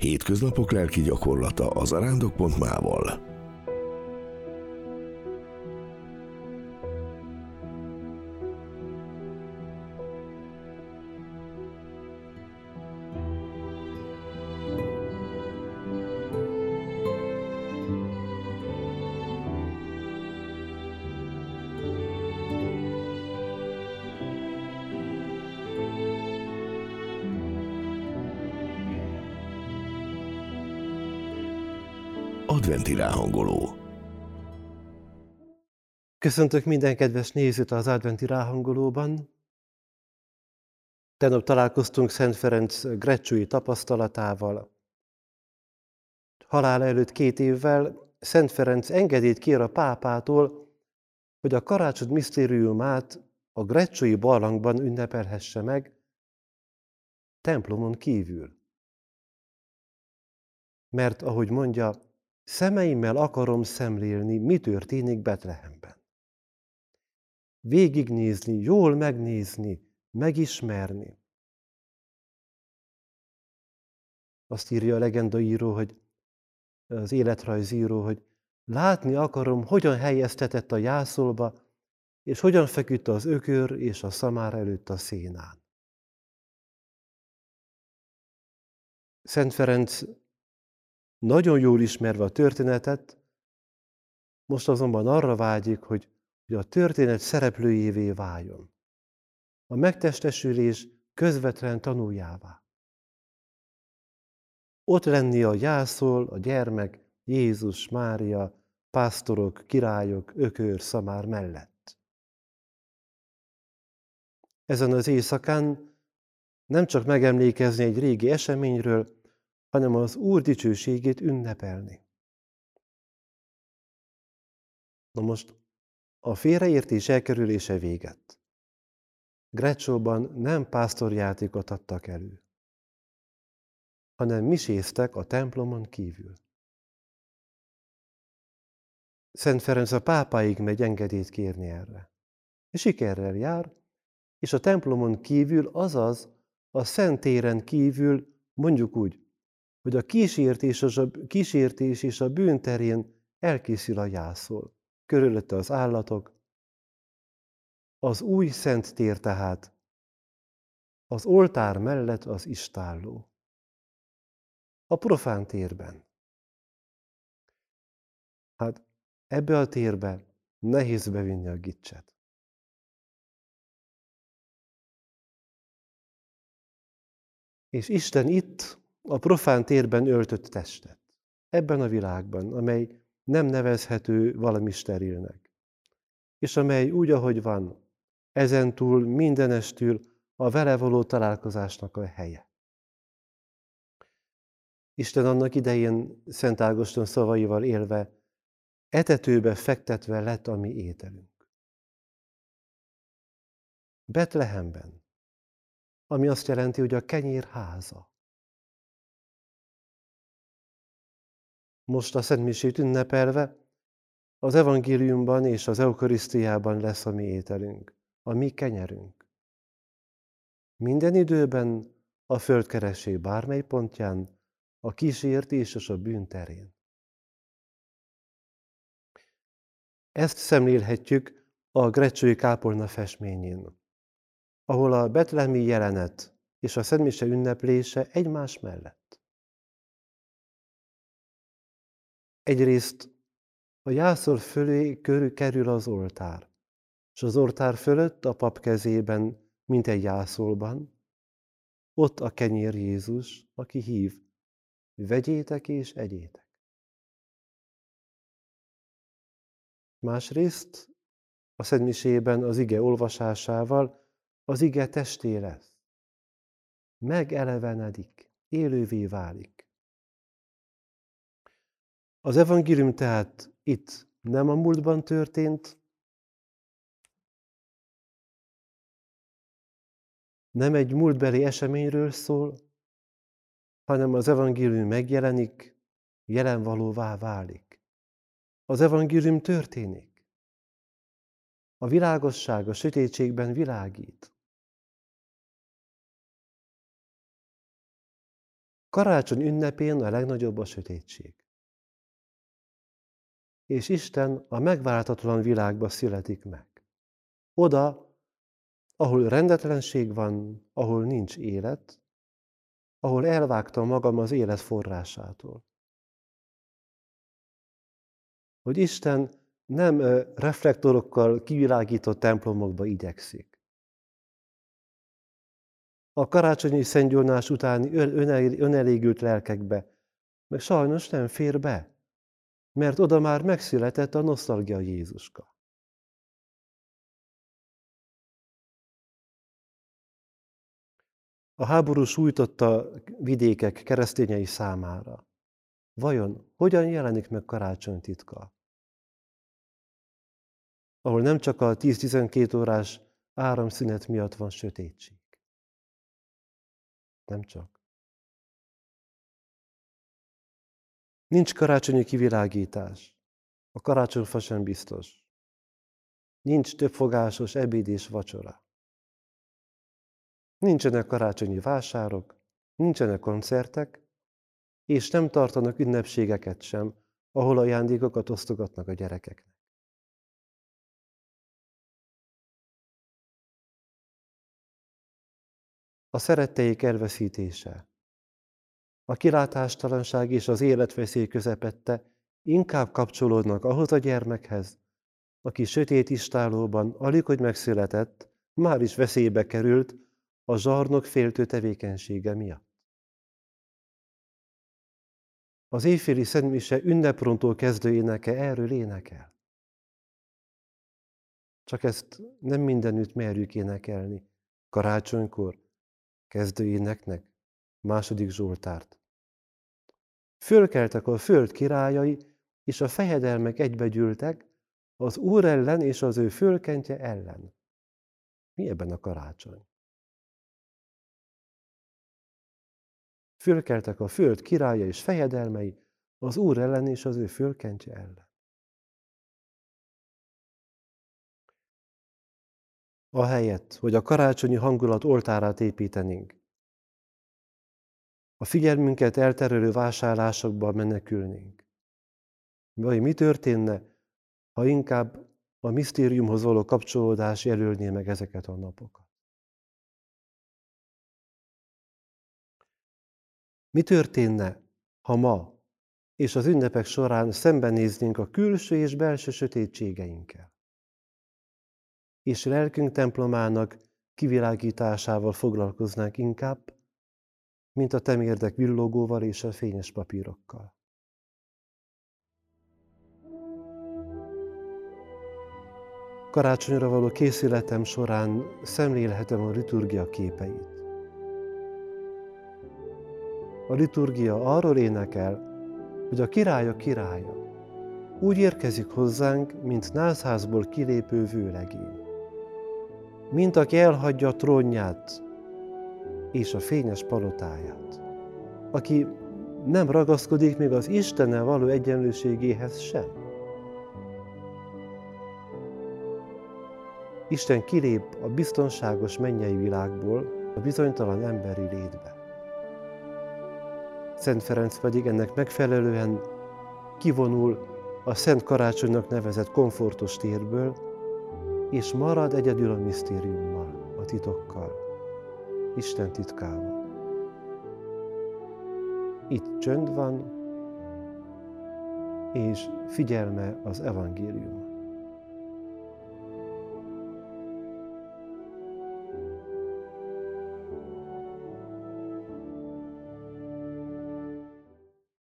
Hétköznapok lelki gyakorlata az arándok.ma-val. Adventi ráhangoló. Köszöntök minden kedves nézőt az adventi ráhangolóban. Tegnap találkoztunk Szent Ferenc greccsui tapasztalatával. Halála előtt 2 évvel Szent Ferenc engedélyt kér a pápától, hogy a karácsony misztériumát a greccsui barlangban ünnepelhesse meg, templomon kívül. Mert, ahogy mondja, szemeimmel akarom szemlélni, mi történik Betlehemben. Végignézni, jól megnézni, megismerni. Azt írja a legendaíró, hogy az életrajzíró, hogy látni akarom, hogyan helyeztetett a jászolba, és hogyan feküdt az ökör és a szamár előtt a szénán. Szent Ferenc nagyon jól ismerve a történetet, most azonban arra vágyik, hogy a történet szereplőjévé váljon. A megtestesülés közvetlen tanuljává. Ott lenni a jászol, a gyermek, Jézus, Mária, pásztorok, királyok, ökör, szamár mellett. Ezen az éjszakán nem csak megemlékezni egy régi eseményről, hanem az Úr dicsőségét ünnepelni. Na most a félreértés elkerülése véget. Greccsóban nem pásztorjátékot adtak elő, hanem miséztek a templomon kívül. Szent Ferenc a pápáig megy engedélyt kérni erre. És sikerrel jár, és a templomon kívül, azaz a Szenttéren kívül, mondjuk úgy, hogy a kísértés és a bűn terén elkészül a jászol. Körülötte az állatok, az új Szent Tér tehát, az oltár mellett az istálló. A profán térben. Hát ebbe a térbe nehéz bevinni a gicset. És Isten itt, a profán térben öltött testet. Ebben a világban, amely nem nevezhető valami sterilnek. És amely úgy, ahogy van, ezentúl mindenestül a vele való találkozásnak a helye. Isten annak idején Szent Ágoston szavaival élve etetőbe fektetve lett a mi ételünk. Betlehemben, ami azt jelenti, hogy a kenyér háza. Most a szentmisét ünnepelve az evangéliumban és az eukarisztiában lesz a mi ételünk, a mi kenyerünk. Minden időben a földkereső bármely pontján, a kísértés és a bűn terén. Ezt szemlélhetjük a greccsui kápolna festményén, ahol a betlehemi jelenet és a szentmise ünneplése egymás mellett. Egyrészt a jászol fölé kerül az oltár, és az oltár fölött a pap kezében, mint egy jászolban, ott a kenyér Jézus, aki hív, vegyétek és egyétek. Másrészt a szentmisében az ige olvasásával az ige testé lesz. Megelevenedik, élővé válik. Az evangélium tehát itt nem a múltban történt, nem egy múltbeli eseményről szól, hanem az evangélium megjelenik, jelenvalóvá válik. Az evangélium történik. A világosság a sötétségben világít. Karácsony ünnepén a legnagyobb a sötétség. És Isten a megváltatlan világba születik meg. Oda, ahol rendetlenség van, ahol nincs élet, ahol elvágtam magam az élet forrásától. Hogy Isten nem reflektorokkal kivilágított templomokba igyekszik. A karácsonyi szentgyónás utáni önelégült lelkekbe meg sajnos nem fér be, mert oda már megszületett a nosztalgia Jézuska. A háború sújtotta vidékek keresztényei számára. Vajon hogyan jelenik meg karácsony titka? Ahol nem csak a 10-12 órás áramszünet miatt van sötétség. Nem csak. Nincs karácsonyi kivilágítás. A karácsonyfa sem biztos. Nincs többfogásos ebéd és vacsora. Nincsenek karácsonyi vásárok, nincsenek koncertek, és nem tartanak ünnepségeket sem, ahol ajándékokat osztogatnak a gyerekeknek. A szeretteik elveszítése, a kilátástalanság és az életveszély közepette inkább kapcsolódnak ahhoz a gyermekhez, aki sötét istálóban alig, hogy megszületett, már is veszélybe került a zsarnok féltő tevékenysége miatt. Az éjféli szentmise ünneprontó kezdő éneke erről énekel. Csak ezt nem mindenütt merjük énekelni. Karácsonykor kezdő éneknek második Zsoltárt. Fölkeltek a föld királyai, és a fejedelmek egybegyűltek az Úr ellen és az ő fölkentje ellen. Mi ebben a karácsony? Fölkeltek a föld királya és fejedelmei az Úr ellen és az ő fölkentje ellen. Ahelyett, hogy a karácsonyi hangulat oltárát építenénk, a figyelmünket elterelő vásárlásokba menekülnénk. Vagy mi történne, ha inkább a misztériumhoz való kapcsolódás jelölné meg ezeket a napokat? Mi történne, ha ma és az ünnepek során szembenéznénk a külső és belső sötétségeinkkel, és lelkünk templomának kivilágításával foglalkoznánk inkább, mint a temérdek villogóval és a fényes papírokkal? Karácsonyra való készületem során szemlélhetem a liturgia képeit. A liturgia arról énekel, hogy a királyok királya úgy érkezik hozzánk, mint názházból kilépő vőlegény. Mint aki elhagyja a trónját és a fényes palotáját. Aki nem ragaszkodik még az Istennel való egyenlőségéhez sem. Isten kilép a biztonságos mennyei világból a bizonytalan emberi létbe. Szent Ferenc pedig ennek megfelelően kivonul a Szent Karácsonynak nevezett komfortos térből, és marad egyedül a misztériummal, a titokkal, Isten titkával. Itt csönd van, és figyelme az evangélium.